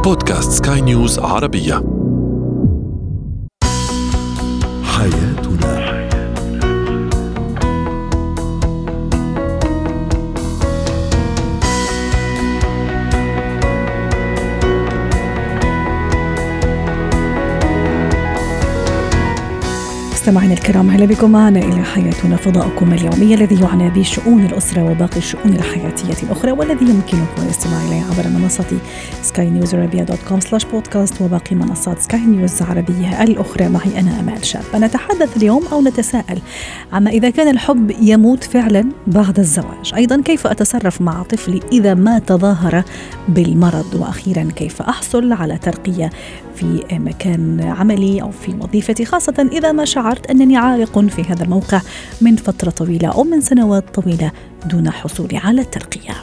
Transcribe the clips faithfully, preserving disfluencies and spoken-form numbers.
بودكاست سكاي نيوز عربية. حياتنا. مستمعينا الكرام، أهلا بكم معنا إلى حياتنا، فضاؤكم اليومي الذي يعنى بشؤون الأسرة وباقي الشؤون الحياتية الأخرى، والذي يمكنكم الاستماع إليه عبر منصة سكاي نيوز عربية دوت كوم سلاش بودكاست وباقي منصات سكاي نيوز عربية الأخرى. معي أنا أمال شاب. نتحدث اليوم أو نتساءل عما إذا كان الحب يموت فعلا بعد الزواج. أيضا كيف أتصرف مع طفلي إذا ما تظاهر بالمرض. وأخيرا كيف أحصل على ترقية في مكان عملي أو في وظيفتي، خاصة إذا ما شعرت أنني عالق في هذا الموقع من فترة طويلة أو من سنوات طويلة دون حصولي على الترقية.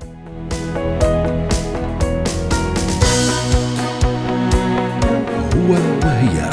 هو وهي.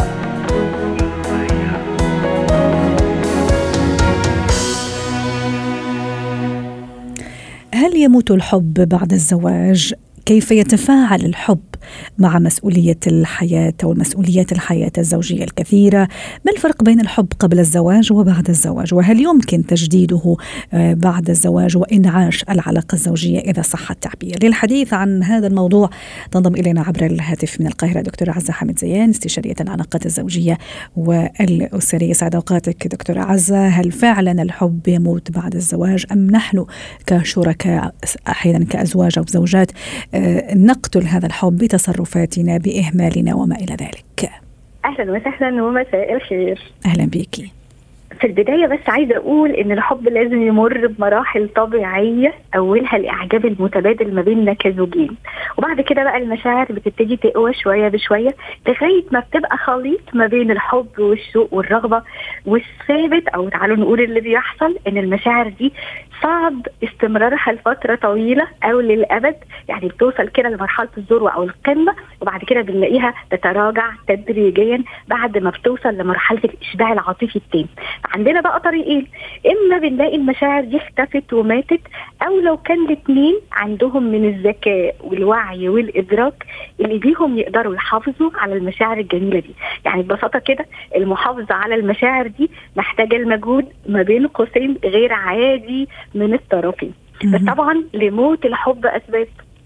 هل يموت الحب بعد الزواج؟ كيف يتفاعل الحب مع مسؤولية الحياة أو المسؤوليات الحياة الزوجية الكثيرة؟ ما الفرق بين الحب قبل الزواج وبعد الزواج؟ وهل يمكن تجديده بعد الزواج وإنعاش العلاقة الزوجية إذا صح التعبير؟ للحديث عن هذا الموضوع تنضم إلينا عبر الهاتف من القاهرة دكتورة عزة حامد زيان، استشارية العلاقات الزوجية والأسرية. سعد أوقاتك دكتورة عزة. هل فعلا الحب يموت بعد الزواج أم نحن كشركاء أحيانا كأزواج أو زوجات نقتل هذا الحب بتصرفاتنا بإهمالنا وما إلى ذلك؟ أهلا وسهلا ومساء الخير. أهلا بيكي. في البداية بس عايزة أقول إن الحب لازم يمر بمراحل طبيعية، أولها الإعجاب المتبادل ما بيننا كزوجين، وبعد كده بقى المشاعر بتبتدي تقوى شوية بشوية لغاية ما بتبقى خليط ما بين الحب والشوق والرغبة. والثابت أو تعالوا نقول اللي بيحصل إن المشاعر دي صعب استمرارها لفترة طويلة أو للأبد، يعني بتوصل كده لمرحلة الذروة أو القمة، وبعد كده بنلاقيها تتراجع تدريجيا بعد ما بتوصل لمرحلة الإشباع العاطفي التام. عندنا بقى طريقين: إما بنلاقي المشاعر دي اختفت وماتت، أو لو كان الاثنين عندهم من الذكاء والوعي والإدراك اللي بيهم يقدروا يحافظوا على المشاعر الجميلة دي. يعني ببساطة كده المحافظة على المشاعر دي محتاجة المجهود ما بين قوسين غير عادي من الطرفين. بس طبعا لموت الحب أسباب.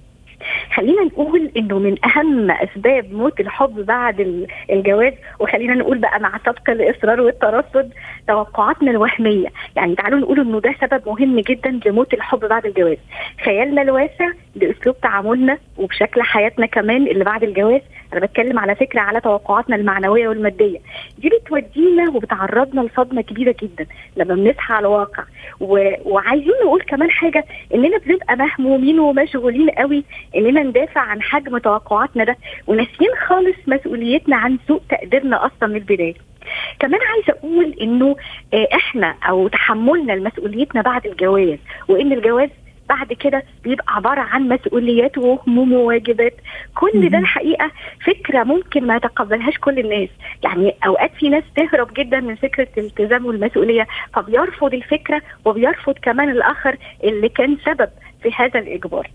خلينا نقول انه من اهم اسباب موت الحب بعد الجواز، وخلينا نقول بقى مع سبق الاصرار والترصد، توقعاتنا الوهميه. يعني تعالوا نقول انه ده سبب مهم جدا لموت الحب بعد الجواز. خيالنا الواسع لاسلوب تعاملنا وبشكل حياتنا كمان اللي بعد الجواز. انا بتكلم على فكره على توقعاتنا المعنويه والماديه، دي بتودينا وبتعرضنا لصدمه كبيره جدا لما بنصحى على الواقع. و... وعايزين نقول كمان حاجه، اننا بنبقى مهمومين ومشغولين قوي اننا ندافع عن حجم توقعاتنا ده، وناسيين خالص مسؤوليتنا عن سوء تقديرنا اصلا من البدايه. كمان عايزه اقول انه احنا او تحملنا لمسؤوليتنا بعد الجواز، وان الجواز بعد كده بيبقى عبارة عن مسؤوليات وهموم وواجبات. كل ده الحقيقة فكرة ممكن ما يتقبلهاش كل الناس. يعني أوقات في ناس تهرب جدا من فكرة الالتزام والمسؤولية، فبيرفض الفكرة وبيرفض كمان الآخر اللي كان سبب في هذا الإجبار.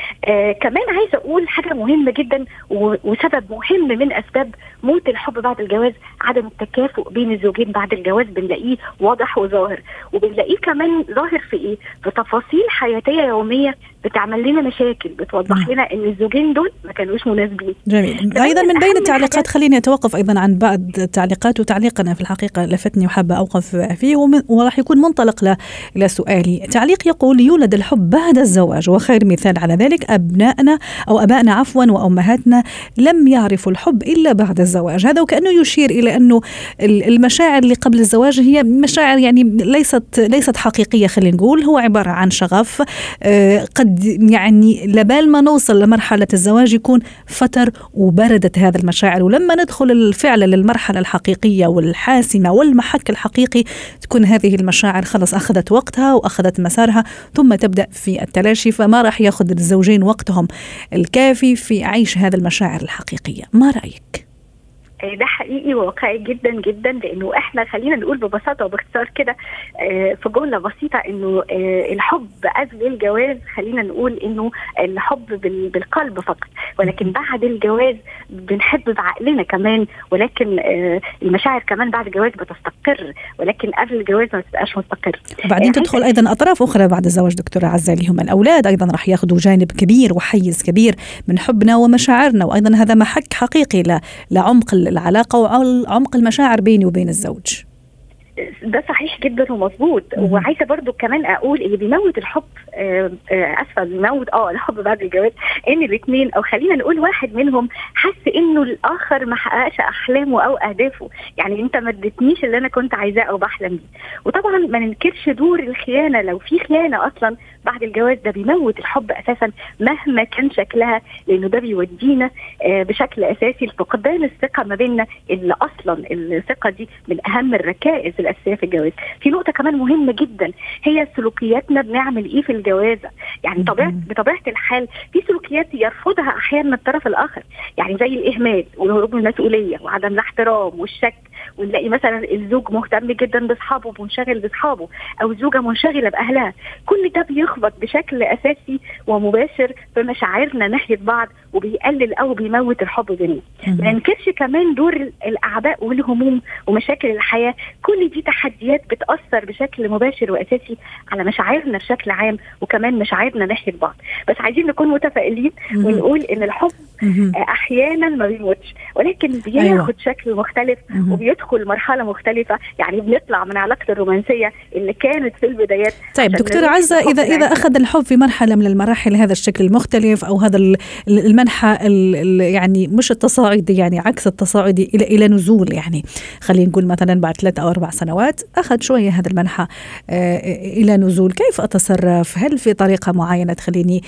آه كمان عايزة أقول حاجة مهمة جدا وسبب مهم من أسباب موت الحب بعد الجواز: عدم التكافؤ بين الزوجين بعد الجواز. بنلاقيه واضح وظاهر، وبنلاقيه كمان ظاهر في إيه؟ في تفاصيل حياتية يومية بتعمل لنا مشاكل، بتوضح لنا إن الزوجين دول ما كانوش مناسبين. جميل. أيضا من بين التعليقات، خليني أتوقف أيضا عن بعض التعليقات، وتعليقنا في الحقيقة لفتني وحابة أوقف فيه وراح يكون منطلق إلى سؤالي. تعليق يقول: يولد الحب بعد الزواج، وخير مثال على ذلك أبنائنا أو أبائنا عفوا وأمهاتنا لم يعرفوا الحب إلا بعد الزواج. هذا وكأنه يشير إلى أنه المشاعر اللي قبل الزواج هي مشاعر يعني ليست ليست حقيقية. خلينا نقول هو عبارة عن شغف، قد يعني لبال ما نوصل لمرحلة الزواج يكون فتر وبردت هذا المشاعر، ولما ندخل الفعل للمرحلة الحقيقية والحاسمة والمحك الحقيقي تكون هذه المشاعر خلص أخذت وقتها وأخذت مسارها، ثم تبدأ في التلاشي، فما راح يأخذ الزوجين وقتهم الكافي في عيش هذا المشاعر الحقيقية. ما رأيك؟ ده حقيقي وواقعي جدا جدا، لانه احنا خلينا نقول ببساطه وباختصار كده في جمله بسيطه انه الحب قبل الجواز خلينا نقول انه الحب بالقلب فقط، ولكن بعد الجواز بنحب بعقلنا كمان، ولكن المشاعر كمان بعد الجواز بتستقر، ولكن قبل الجواز ما بتبقاش مستقر. وبعدين تدخل ايضا اطراف اخرى بعد الزواج دكتوره عزة، اللي هم الاولاد ايضا راح ياخذوا جانب كبير وحيز كبير من حبنا ومشاعرنا، وايضا هذا محك حقيقي لعمق العلاقة وعمق المشاعر بيني وبين الزوج. ده صحيح جدا ومظبوط. وعايزه برضو كمان اقول اللي بيموت الحب اسفه بيموت اه الحب بعد الجواز ان الاثنين او خلينا نقول واحد منهم حس انه الاخر ما حققش احلامه او اهدافه، يعني انت ما اديتنيش اللي انا كنت عايزاه او بحلم بيه. وطبعا ما ننكرش دور الخيانه، لو في خيانه اصلا بعد الجواز ده بيموت الحب اساسا مهما كان شكلها، لانه ده بيودينا بشكل اساسي لفقدان الثقه ما بيننا، اللي اصلا الثقه دي من اهم الركائز الاساسيه في الجواز. في نقطه كمان مهمه جدا هي سلوكياتنا، بنعمل ايه في الجوازه؟ يعني طبيعه بطبيعه الحال في سلوكيات يرفضها احيانا الطرف الاخر، يعني زي الاهمال والهروب من المسؤوليه وعدم الاحترام والشك، ونلاقي مثلا الزوج مهتم جدا باصحابه ومنشغل باصحابه، او الزوجه منشغله باهلها. كل ده بيخبط بشكل اساسي ومباشر في مشاعرنا ناحيه بعض، وبيقلل او بيموت الحب بيننا. ما ننكرش كمان دور الاعباء والهموم ومشاكل الحياه، كل دي تحديات بتاثر بشكل مباشر واساسي على مشاعرنا بشكل عام، وكمان مشاعرنا ناحيه بعض. بس عايزين نكون متفائلين ونقول ان الحب احيانا ما بيموتش، ولكن بياخد أيوة. شكل مختلف وبيدخل مرحله مختلفه، يعني بنطلع من علاقه الرومانسيه اللي كانت في البدايات. طيب دكتوره عزة، اذا اذا اخذ الحب في مرحله من المراحل هذا الشكل المختلف او هذا المنحى يعني مش التصاعدي، يعني عكس التصاعدي الى الى نزول، يعني خلينا نقول مثلا بعد ثلاث او اربع سنوات اخذ شويه هذا المنحى الى نزول، كيف اتصرف؟ هل في طريقه معينه تخليني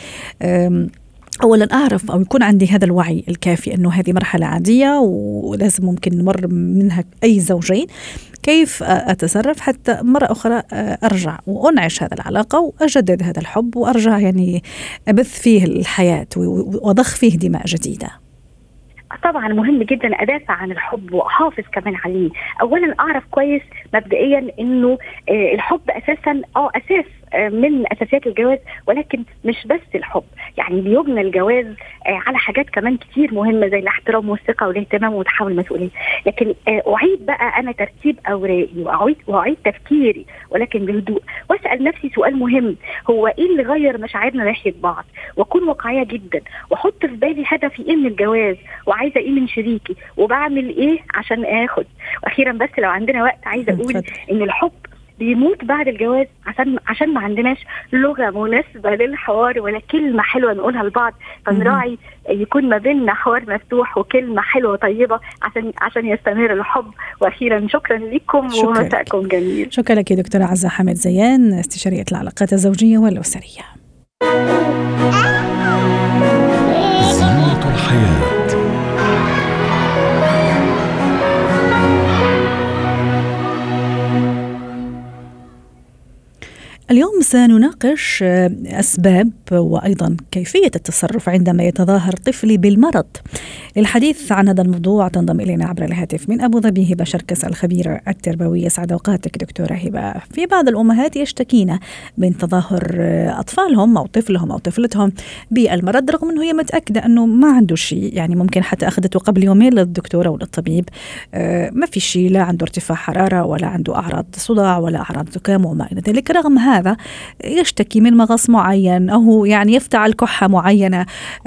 أولا أعرف أو يكون عندي هذا الوعي الكافي أنه هذه مرحلة عادية ولازم ممكن نمر منها أي زوجين؟ كيف أتصرف حتى مرة أخرى أرجع وأنعش هذا العلاقة وأجدد هذا الحب وأرجع يعني أبث فيه الحياة وأضخ فيه دماء جديدة؟ طبعا مهم جدا أدافع عن الحب وأحافظ كمان عليه. أولا أعرف كويس مبدئيا أنه الحب أساسا آه أساس من أساسيات الجواز، ولكن مش بس الحب، يعني بيبنى الجواز على حاجات كمان كتير مهمة زي الاحترام والثقة والاهتمام وتحمل المسؤولية. لكن أعيد بقى أنا ترتيب أوراقي وأعيد, وأعيد تفكيري، ولكن بهدوء، وأسأل نفسي سؤال مهم: هو إيه اللي غير مشاعرنا ناحية بعض؟ وأكون واقعية جدا وأحط في بالي هدفي إيه من الجواز، وعايزة إيه من شريكي، وبعمل إيه عشان آخد. وأخيرا بس لو عندنا وقت عايزة أقول إن الحب بيموت بعد الجواز عشان عشان ما عندناش لغة مناسبة للحوار ولا كلمة حلوة نقولها لبعض، فنراعي يكون ما بيننا حوار مفتوح وكلمة حلوة طيبة عشان عشان يستمر الحب. وأخيرا شكرا لكم ومساءكم جميل. شكرا لك دكتورة عزة حامد زيان، استشارية العلاقات الزوجية والأسرية. زينة الحياة. اليوم سنناقش أسباب وأيضا كيفية التصرف عندما يتظاهر طفلي بالمرض. للحديث عن هذا الموضوع تنضم إلينا عبر الهاتف من أبو ظبي هبة شركس الخبيرة التربوية. سعد أوقاتك دكتورة هبة. في بعض الأمهات يشتكين من تظاهر أطفالهم أو طفلهم أو طفلتهم بالمرض رغم أنه هي متأكدة أنه ما عنده شيء، يعني ممكن حتى أخذته قبل يومين للدكتورة وللطبيب ما في شيء، لا عنده ارتفاع حرارة ولا عنده أعراض صداع ولا أعراض زكام وما إلى ذلك، رغم هذا هذا يشتكي من مغص معين أو يعني يفتعل كحة معينة،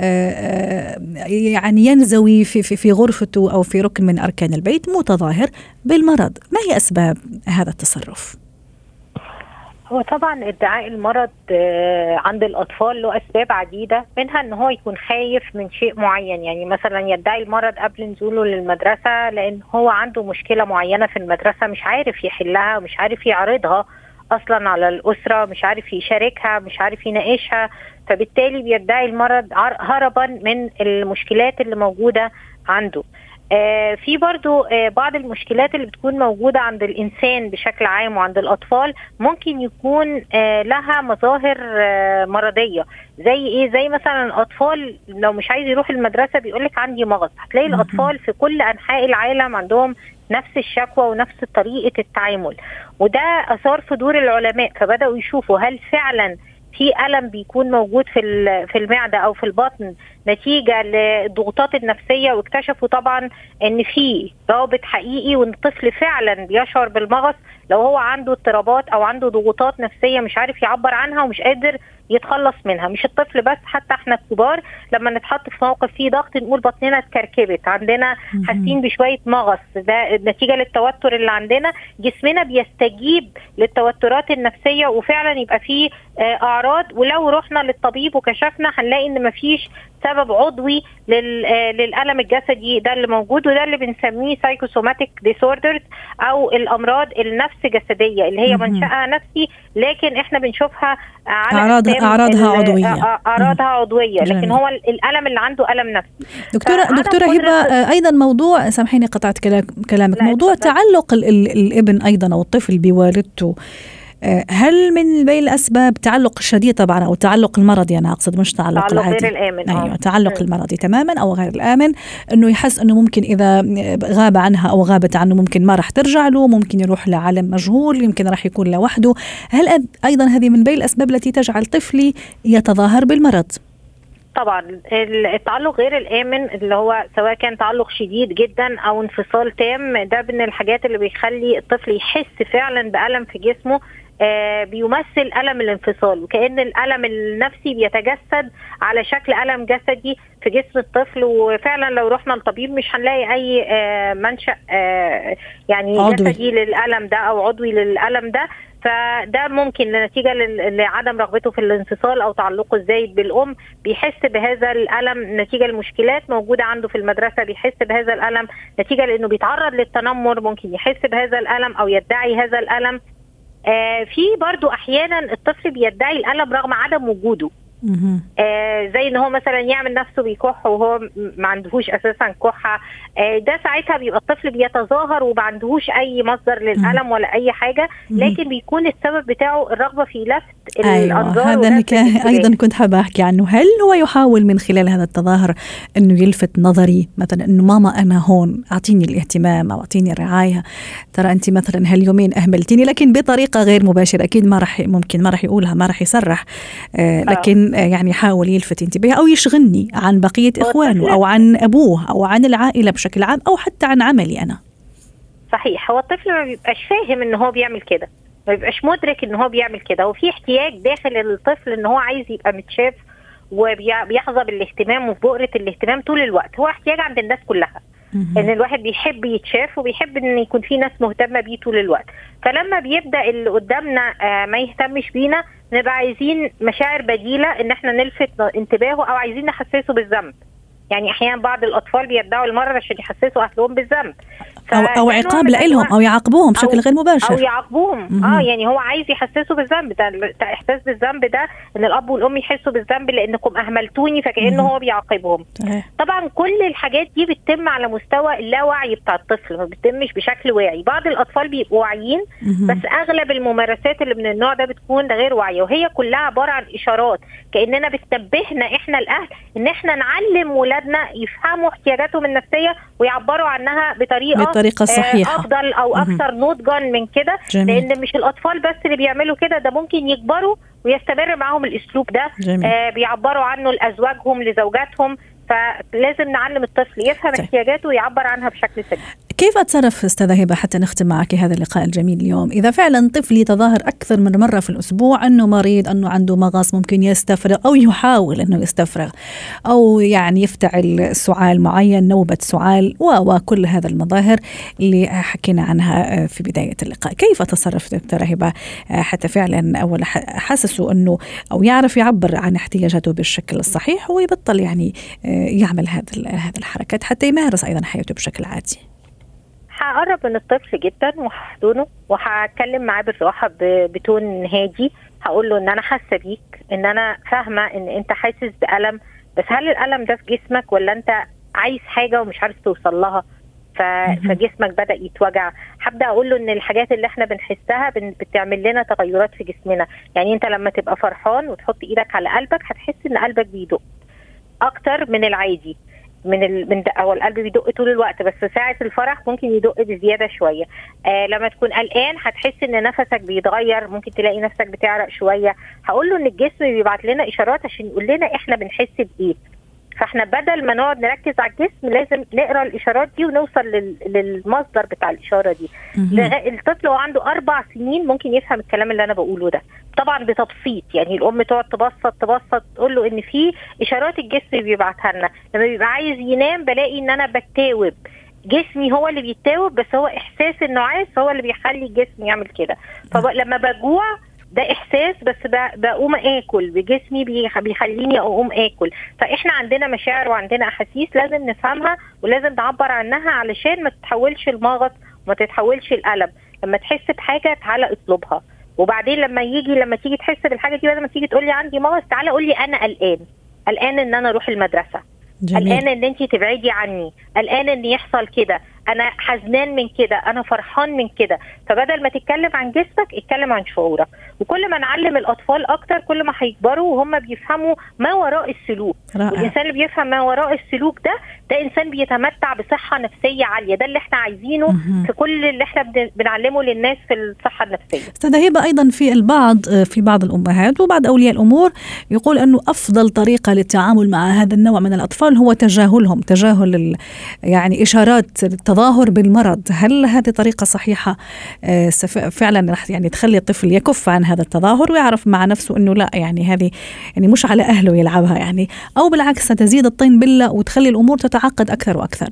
يعني ينزوي في, في, في غرفته أو في ركن من أركان البيت متظاهر بالمرض. ما هي أسباب هذا التصرف؟ هو طبعا ادعاء المرض عند الأطفال له أسباب عديدة، منها أنه هو يكون خايف من شيء معين، يعني مثلا يدعي المرض قبل نزوله للمدرسة لأن هو عنده مشكلة معينة في المدرسة مش عارف يحلها ومش عارف يعرضها أصلا على الأسرة، مش عارف يشاركها، مش عارف يناقشها، فبالتالي بيدعي المرض هربا من المشكلات اللي موجودة عنده. آه في برضو آه بعض المشكلات اللي بتكون موجودة عند الإنسان بشكل عام وعند الأطفال ممكن يكون آه لها مظاهر آه مرضية. زي إيه؟ زي مثلا الأطفال لو مش عايز يروح المدرسة بيقولك عندي مغص. هتلاقي الأطفال في كل أنحاء العالم عندهم نفس الشكوى ونفس طريقة التعامل، وده أثار صدور العلماء، فبدأوا يشوفوا هل فعلا في ألم بيكون موجود في في المعدة أو في البطن نتيجة للضغوطات النفسية، واكتشفوا طبعا ان في رابط حقيقي وان الطفل فعلا بيشعر بالمغص لو هو عنده اضطرابات او عنده ضغوطات نفسية مش عارف يعبر عنها ومش قادر يتخلص منها. مش الطفل بس، حتى احنا الكبار لما نتحط في موقف فيه ضغط نقول بطننا اتكركبت، عندنا حاسين بشوية مغص، ده نتيجة للتوتر اللي عندنا. جسمنا بيستجيب للتوترات النفسية وفعلا يبقى فيه اعراض، ولو رحنا للطبيب وكشفنا هنلاقي ان مفيش سبب عضوي للألم الجسدي ده اللي موجود، وده اللي بنسميه سايكوسوماتيك ديسوردرز او الامراض النفس جسدية اللي هي منشأها نفسي لكن احنا بنشوفها على أعراض اعراضها عضوية اعراضها عضوية لكن هو الألم اللي عنده ألم نفسي. دكتورة دكتورة هبة، ايضا موضوع، سامحيني قطعت كلامك، موضوع تعلق الابن ايضا او الطفل بوالدته، هل من بين الأسباب تعلق شديد طبعا أو تعلق المرضي؟ أنا أقصد مش تعلق, تعلق العادي، غير الآمن. أيوة، تعلق م. المرضي تماما أو غير الآمن، أنه يحس أنه ممكن إذا غاب عنها أو غابت عنه ممكن ما راح ترجع له، ممكن يروح لعالم مجهول، يمكن راح يكون لوحده. هل أيضا هذه من بين الأسباب التي تجعل طفلي يتظاهر بالمرض؟ طبعا التعلق غير الآمن اللي هو سواء كان تعلق شديد جدا أو انفصال تام، ده من الحاجات اللي بيخلي الطفل يحس فعلا بألم في جسمه. آه بيمثل ألم الانفصال، وكأن الألم النفسي بيتجسد على شكل ألم جسدي في جسم الطفل. وفعلا لو رحنا للطبيب مش هنلاقي أي آه منشأ آه يعني عضوي. جسدي للألم ده أو عضوي للألم ده، فده ممكن نتيجة لعدم رغبته في الانفصال أو تعلقه الزايد بالأم. بيحس بهذا الألم نتيجة لمشكلات موجودة عنده في المدرسة، بيحس بهذا الألم نتيجة لأنه بيتعرض للتنمر، ممكن يحس بهذا الألم أو يدعي هذا الألم. آه في برضو أحيانا الطفل بيدعي الألم رغم عدم وجوده. آه زي ان هو مثلا يعمل نفسه بيكح وهو ما عندهوش اساسا كحه. آه ده ساعتها بيبقى الطفل بيتظاهر وما عندهوش اي مصدر للالم ولا اي حاجه، لكن بيكون السبب بتاعه الرغبه في لفت الانظار. أيوة، هذا اللي ايضا كنت حابه احكي عنه. هل هو يحاول من خلال هذا التظاهر انه يلفت نظري، مثلا انه ماما انا هون، اعطيني الاهتمام او اعطيني الرعايه، ترى انت مثلا هاليومين اهملتيني، لكن بطريقه غير مباشره، اكيد ما راح ممكن ما راح يقولها، ما راح يصرح، آه لكن يعني يحاول يلفت انتباهي أو يشغلني عن بقية إخوانه أو عن أبوه أو عن العائلة بشكل عام أو حتى عن عملي أنا. صحيح، هو الطفل ما بيبقاش فاهم إن هو بيعمل كده، ما بيبقاش مدرك إن هو بيعمل كده، وفي احتياج داخل الطفل إن هو عايز يبقى متشاف وبيحظى بالاهتمام وفي بؤرة الاهتمام طول الوقت. هو احتياج عند الناس كلها ان الواحد بيحب يتشاف وبيحب ان يكون في ناس مهتمة بيه طول الوقت. فلما بيبدأ اللي قدامنا ما يهتمش بينا نبقى عايزين مشاعر بديلة ان احنا نلفت انتباهه او عايزين نحسسه بالذنب. يعني احيانا بعض الاطفال بيدعوا المرض عشان يحسسوا اهلهم بالذنب او او عقاب لهم او يعاقبوهم بشكل غير مباشر او يعاقبوهم. اه يعني هو عايز يحسسوا بالذنب ده. احساس بالذنب ده ان الاب والام يحسوا بالذنب لانكم اهملتوني، فكأنه هو بيعاقبهم. طبعا كل الحاجات دي بتتم على مستوى اللاوعي بتاع الطفل، ما بتتمش بشكل واعي. بعض الاطفال بيبقوا واعيين بس اغلب الممارسات اللي من النوع ده بتكون غير واعيه، وهي كلها عباره عن اشارات كاننا بتنبهنا احنا الاهل ان احنا نعلم ولادنا يفهموا احتياجاتهم النفسيه ويعبروا عنها بطريقه بالطريقة الصحيحة، أفضل أو أكثر نضجا من كده. لأن مش الأطفال بس اللي بيعملوا كده، ده ممكن يكبروا ويستمر معهم الأسلوب ده. آه بيعبروا عنه لأزواجهم لزوجاتهم، فلازم نعلم الطفل يفهم طيب. احتياجاته ويعبر عنها بشكل سليم. كيف أتصرف أستاذة هبة حتى نختم معك هذا اللقاء الجميل اليوم إذا فعلا طفلي يتظاهر أكثر من مرة في الأسبوع أنه مريض، أنه عنده مغص ممكن يستفرغ أو يحاول أنه يستفرغ أو يعني يفتعل سعال معين، نوبة سعال وكل هذا المظاهر اللي حكينا عنها في بداية اللقاء؟ كيف أتصرف دكتورة هبة حتى فعلا أول حاسسه أنه أو يعرف يعبر عن احتياجاته بالشكل الصحيح ويبطل يعني يعمل هذا هذا الحركات حتى يمارس أيضا حياته بشكل عادي؟ هقرب من الطفل جدا وهحضنه وهتكلم معاه بالراحه بتون هادي. هقول له ان انا حاسه بيك، ان انا فاهمه ان انت حاسس بألم، بس هل الألم ده في جسمك ولا انت عايز حاجه ومش عارف توصل لها؟ فجسمك بدأ يتوجع، هبدأ أقول له إن الحاجات اللي احنا بنحسها بتعمل لنا تغيرات في جسمنا. يعني أنت لما تبقى فرحان وتحط إيدك على قلبك هتحس إن قلبك بيدق أكتر من العادي، من ال... من هو القلب بيدق طول الوقت، بس ساعة الفرح ممكن يدق بزيادة شوية. آه لما تكون قلقان هتحس ان نفسك بيتغير، ممكن تلاقي نفسك بتعرق شوية. هقول له ان الجسم بيبعت لنا اشارات عشان يقول لنا احنا بنحس بايه، فاحنا بدل ما نقعد نركز على الجسم لازم نقرا الاشارات دي ونوصل لل... للمصدر بتاع الاشاره دي. الطفل وهو عنده اربع سنين ممكن يفهم الكلام اللي انا بقوله ده طبعا بتبسيط. يعني الام تقعد تبسط تبسط تقول له ان في اشارات الجسم بيبعتها لنا. لما بيبقى عايز ينام بلاقي ان انا بتاوب، جسمي هو اللي بيتاوب، بس هو احساس النعاس هو اللي بيخلي الجسم يعمل كده. فلما بجوع ده احساس، بس بقوم اكل بجسمي بيخليني اقوم اكل. فاحنا عندنا مشاعر وعندنا احاسيس لازم نفهمها ولازم نعبر عنها علشان ما تتحولش المغص وما تتحولش الالم. لما تحس بحاجه تعالى اطلبها، وبعدين لما يجي لما تيجي تحس بالحاجه دي بدل ما تيجي تقول لي عندي مغص تعالى قول لي انا قلقان، قلقان ان انا اروح المدرسه، قلقان ان انتي تبعدي عني، قلقان ان يحصل كده، انا حزنان من كده، انا فرحان من كده. فبدل ما تتكلم عن جسمك اتكلم عن شعورك. وكل ما نعلم الاطفال اكتر كل ما هيكبروا وهم بيفهموا ما وراء السلوك. رائع. والانسان اللي بيفهم ما وراء السلوك ده ده انسان بيتمتع بصحه نفسيه عاليه. ده اللي احنا عايزينه م- في كل اللي احنا بنعلمه للناس في الصحه النفسيه. استاذه هبه، ايضا في البعض في بعض الامهات وبعض اولياء الامور يقول انه افضل طريقه للتعامل مع هذا النوع من الاطفال هو تجاهلهم، تجاهل يعني اشارات التظاهر بالمرض. هل هذه طريقه صحيحه فعلا رح يعني تخلي الطفل يكف عن هذا التظاهر ويعرف مع نفسه انه لا، يعني هذه يعني مش على اهله يلعبها، يعني او بالعكس ستزيد الطين بله وتخلي الامور تتعقد اكثر واكثر؟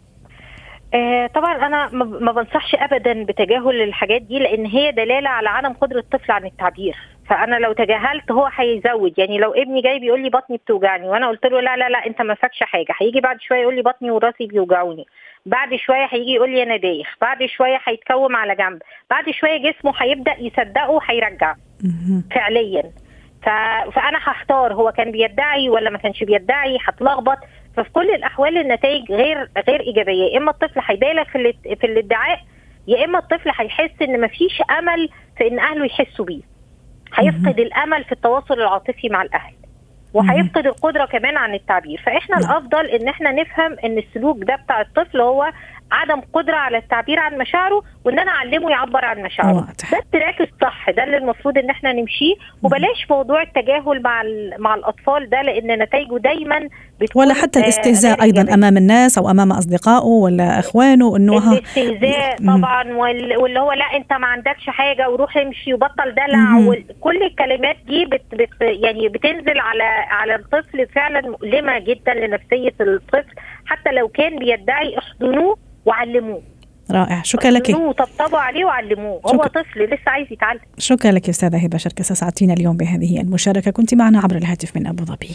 آه طبعا انا ما بنصحش ابدا بتجاهل الحاجات دي، لان هي دلاله على عدم قدره الطفل عن التعبير. فانا لو تجاهلت هو هيزود. يعني لو ابني جاي بيقول لي بطني بتوجعني وانا قلت له لا لا لا انت ما فاكش حاجه، هيجي بعد شويه يقول لي بطني وراسي بيوجعوني، بعد شويه هيجي يقول لي انا دايخ، بعد شويه هيتكوم على جنب، بعد شويه جسمه هيبدا يصدقه وهيرجع فعليا. ف... فانا هختار هو كان بيدعي ولا ما كانش بيدعي، هتلخبط. ففي كل الاحوال النتائج غير غير ايجابيه. يا اما الطفل هيبالغ في ال... في الادعاء، يا اما الطفل هيحس ان مفيش امل في ان اهله يحسوا بيه، هيفقد الامل في التواصل العاطفي مع الاهل، وهيفقد القدره كمان عن التعبير. فاحنا الافضل ان احنا نفهم ان السلوك ده بتاع الطفل هو عدم قدره على التعبير عن مشاعره، وان انا اعلمه يعبر عن مشاعره. ده التراك الصح، ده اللي المفروض ان احنا نمشيه. وبلاش موضوع التجاهل مع مع الاطفال ده، لان نتائجه دايما بتكون ولا حتى الاستهزاء ايضا جميل. امام الناس او امام اصدقائه ولا اخوانه، انه الاستهزاء طبعا، واللي هو لا انت ما عندكش حاجه وروح امشي وبطل دلع، وكل الكلمات دي بت بت يعني بتنزل على على الطفل فعلا مؤلمه جدا لنفسيه الطفل. حتى لو كان بيدعي احضنوه وعلموه. رائع، شكرا لك. طبطبوا عليه وعلموه، هو طفل لسه عايز يتعلم. شكرا لك استاذه هبه شركس، سعدتينا اليوم بهذه المشاركه. كنت معنا عبر الهاتف من ابو ظبي.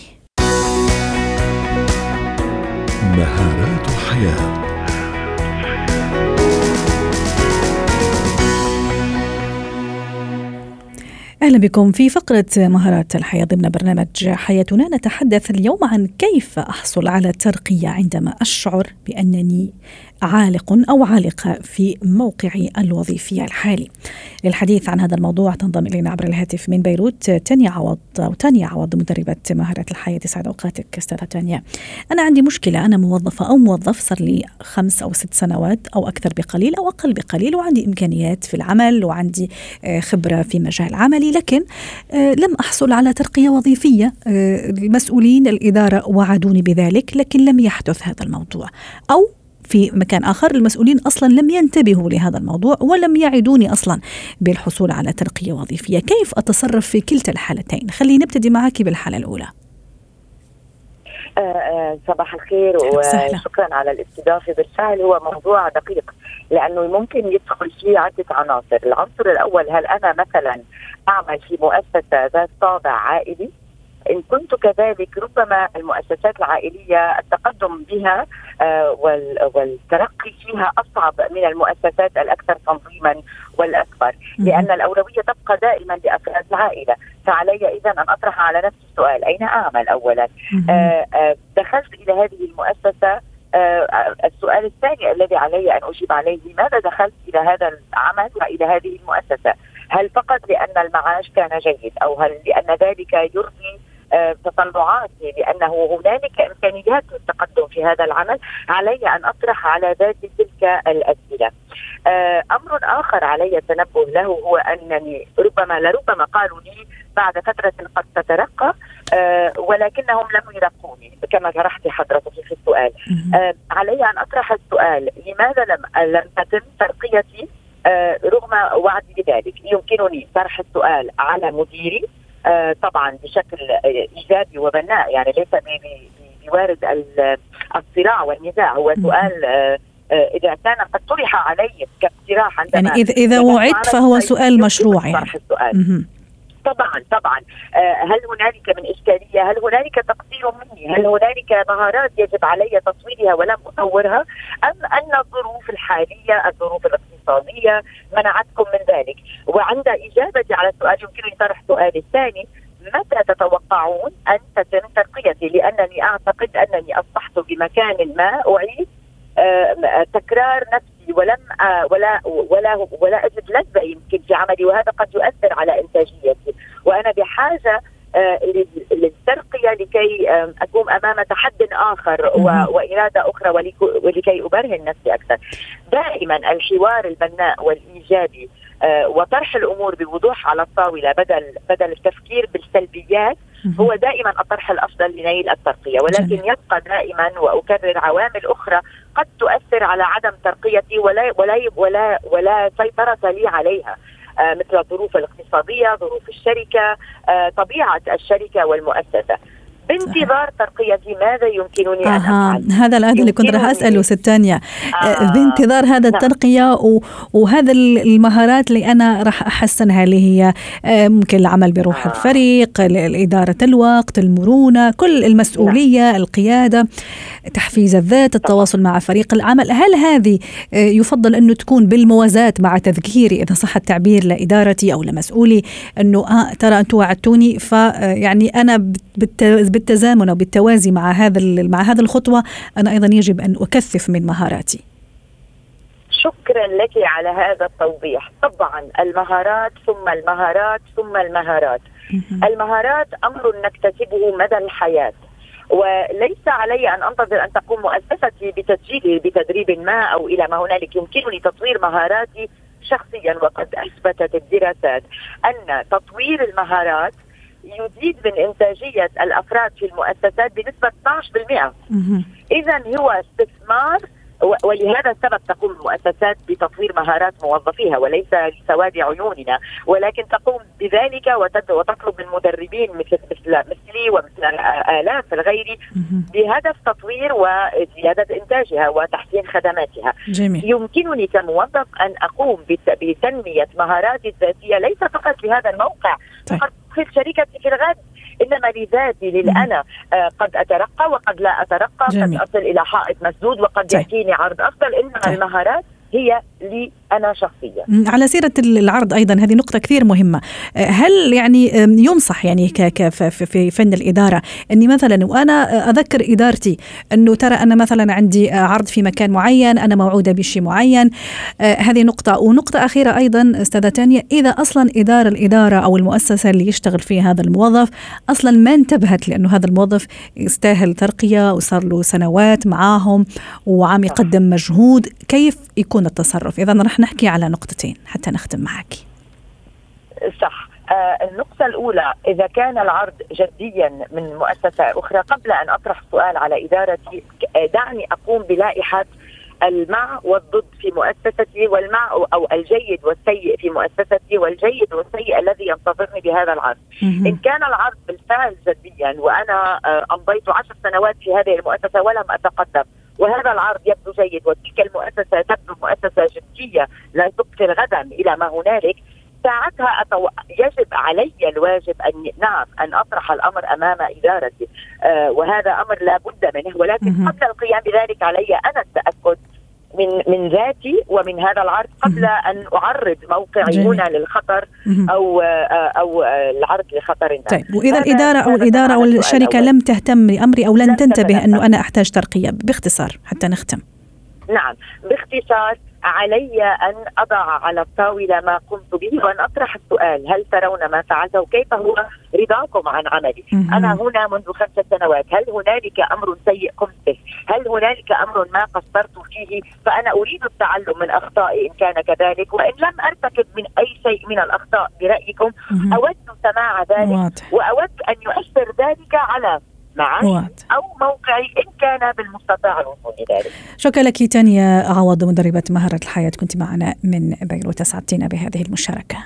مهارات الحياه. أهلا بكم في فقرة مهارات الحياة ضمن برنامج حياتنا. نتحدث اليوم عن كيف أحصل على ترقية عندما أشعر بأنني عالق أو عالقة في موقعي الوظيفي الحالي. للحديث عن هذا الموضوع تنضم إلينا عبر الهاتف من بيروت تانيا عوض أو تانيا عوض مدربة مهارات الحياة. تسعد أوقاتك أستاذة تانيا. أنا عندي مشكلة، أنا موظفة أو موظف صار لي خمس أو ست سنوات أو أكثر بقليل أو أقل بقليل، وعندي إمكانيات في العمل وعندي خبرة في مجال عملي، لكن لم أحصل على ترقية وظيفية. المسؤولين الإدارة وعدوني بذلك لكن لم يحدث هذا الموضوع، أو في مكان آخر المسؤولين أصلا لم ينتبهوا لهذا الموضوع ولم يعدوني أصلا بالحصول على ترقية وظيفية. كيف أتصرف في كلتا الحالتين؟ خلينا نبتدي معك بالحالة الأولى. صباح الخير وشكرا على الاستضافة. بالفعل هو موضوع دقيق لأنه ممكن يدخل فيه عدة عناصر. العنصر الأول، هل أنا مثلا أعمل في مؤسسة ذات طابع عائلي؟ إن كنت كذلك ربما المؤسسات العائلية التقدم بها والترقي فيها أصعب من المؤسسات الأكثر تنظيما والأكبر، لأن الأولوية تبقى دائما لأفراد العائلة. فعلي إذن أن أطرح على نفس السؤال، أين أعمل أولا؟ دخلت إلى هذه المؤسسة آه السؤال الثاني الذي علي أن أجيب عليه: لماذا دخلت إلى هذا العمل وإلى هذه المؤسسة؟ هل فقط لأن المعاش كان جيد، أو هل لأن ذلك يرضي آه تطلعاتي لأنه هنالك إمكانيات للتقدم في هذا العمل؟ علي أن أطرح على ذاتي تلك الأسئلة. آه أمر آخر علي التنبه له هو أنني ربما لربما قالوا لي بعد فترة قد تترقى، آه ولكنهم لم يرقوني كما طرحت حضرتك في السؤال. آه علي أن أطرح السؤال: لماذا لم لم تتم ترقيتي آه رغم وعدي بذلك؟ يمكنني طرح السؤال على مديري آه طبعا بشكل إيجابي وبناء، يعني ليس بوارد الصراع والنزاع، هو سؤال آه إذا كان قد طرح علي كاقتراح عندما يعني إذا إذا وعدت فهو سؤال مشروع يعني. السؤال. طبعا طبعا هل هنالك من إشكالية؟ هل هنالك تقصير مني؟ هل هنالك مهارات يجب علي تطويرها ولم أطورها؟ أم أن الظروف الحالية، الظروف الاقتصادية منعتكم من ذلك؟ وعند إجابتي على السؤال يمكنني طرح سؤالي الثاني: متى تتوقعون أن تتم ترقيتي؟ لأنني أعتقد أنني أصبحت بمكان ما أعيد آه تكرار نفسي، ولم آه ولا ولا ولا أجد لذة يمكن في عملي، وهذا قد يؤثر على إنتاجيتي، وأنا بحاجة آه للترقية لكي آه أكون أمام تحد آخر وإرادة أخرى ولكي أبرهن نفسي أكثر. دائما الحوار البناء والإيجابي آه وطرح الأمور بوضوح على الطاولة بدل بدل التفكير بالسلبيات هو دائما الطرح الأفضل لنيل الترقية، ولكن يبقى دائما وأكرر عوامل أخرى قد تؤثر على عدم ترقيتي ولا ولا ولا ولا سيطرة لي عليها، آه مثل الظروف الاقتصادية، ظروف الشركة، آه طبيعة الشركة والمؤسسة. بانتظار ترقيتي ماذا يمكنني أن أفعل؟ هذا الآن اللي كنت راح أسأله ست تانيا. آه بانتظار هذا الترقية وهذا المهارات اللي أنا راح أحسنها، اللي هي ممكن العمل بروح آه. الفريق، إدارة الوقت، المرونة، كل المسؤولية، نعم. القيادة، تحفيز الذات، التواصل مع فريق العمل. هل هذه يفضل أنه تكون بالموازاة مع تذكيري إذا صح التعبير لإدارتي أو لمسؤولي أنه آه ترى أنتوا وعدتوني، فيعني أنا بالتزامن أو بالتوازي مع هذا مع هذا الخطوة أنا أيضا يجب أن أكثف من مهاراتي؟ شكرا لك على هذا التوضيح. طبعا المهارات ثم المهارات ثم المهارات. المهارات أمر نكتسبه مدى الحياة، وليس علي أن أنتظر أن تقوم مؤسستي بتسجيلي بتدريب ما أو إلى ما هنالك. يمكنني تطوير مهاراتي شخصيا، وقد أثبتت الدراسات أن تطوير المهارات يزيد من إنتاجية الأفراد في المؤسسات بنسبة اثني عشر بالمئة. إذن هو استثمار، ولهذا السبب تقوم المؤسسات بتطوير مهارات موظفيها وليس لسواد عيوننا، ولكن تقوم بذلك وتطلب من مدربين مثل مثلي ومثل آلاف الغير بهدف تطوير وزيادة إنتاجها وتحسين خدماتها. جميل. يمكنني كموظف أن أقوم بتنمية مهاراتي الذاتية ليس فقط في هذا الموقع، فقط في شركتي في الغد، إنما لذاتي للأنا. آه قد أترقى وقد لا أترقى. جميل. قد أصل إلى حائط مسدود وقد طيب. يأتيني عرض أفضل، إنما طيب. المهارات هي لي أنا شخصيا. على سيرة العرض أيضا، هذه نقطة كثير مهمة. هل يعني ينصح يعني في فن الإدارة أني مثلا وأنا أذكر إدارتي أنه ترى أنا مثلا عندي عرض في مكان معين، أنا موعودة بشيء معين؟ هذه نقطة. ونقطة أخيرة أيضا أستاذة تانيا، إذا أصلا إدارة الإدارة أو المؤسسة اللي يشتغل فيها هذا الموظف أصلا ما انتبهت لأنه هذا الموظف يستاهل ترقية وصار له سنوات معاهم وعم يقدم مجهود، كيف يكون التصرف؟ إذا رح نحكي على نقطتين حتى نختم معك. صح. آه النقطة الأولى، إذا كان العرض جديا من مؤسسة أخرى، قبل أن أطرح سؤال على إدارتي دعني أقوم بلائحة المع والضد في مؤسستي، والمع أو الجيد والسيء في مؤسستي، والجيد والسيء الذي ينتظرني بهذا العرض. م- إن كان العرض بالفعل جديا وأنا آه أمضيت عشر سنوات في هذه المؤسسة ولم أتقدم، وهذا العرض يبدو جيد وتلك المؤسسة تبدو مؤسسة جدية لا تقفل غدا إلى ما هنالك، ساعتها أتو... يجب علي الواجب أن نعم أن أطرح الأمر أمام إدارتي، آه وهذا أمر لا بد منه، ولكن قبل القيام بذلك علي أنا التأكد من من ذاتي ومن هذا العرض قبل أن أعرض موقعي هنا للخطر أو أو العرض لخطر ما. طيب، وإذا الإدارة أو الإدارة أو الشركة لم تهتم لأمري أو لن تنتبه أنه أنا أحتاج ترقية، باختصار حتى نختم. نعم، باختصار علي أن أضع على الطاولة ما قمت به وأن أطرح السؤال: هل ترون ما فعلته وكيف هو رضاكم عن عملي؟ أنا هنا منذ خمسة سنوات، هل هنالك أمر سيء قمت به؟ هل هنالك أمر ما قصرت فيه؟ فأنا أريد التعلم من أخطائي إن كان كذلك، وإن لم أرتكب من أي شيء من الأخطاء برأيكم أود سماع ذلك وأود أن يؤثر ذلك على معاش أو موقعي إن كان بالمستطاع الوصول لذلك. شكرا لك تانيا عوض، مدربة مهارة الحياة، كنت معنا من بيروت، أسعدتنا بهذه المشاركة.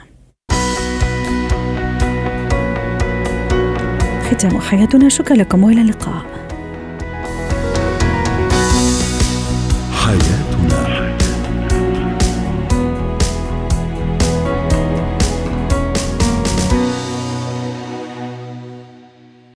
ختام حياتنا، شكرا لكم وإلى اللقاء. حياة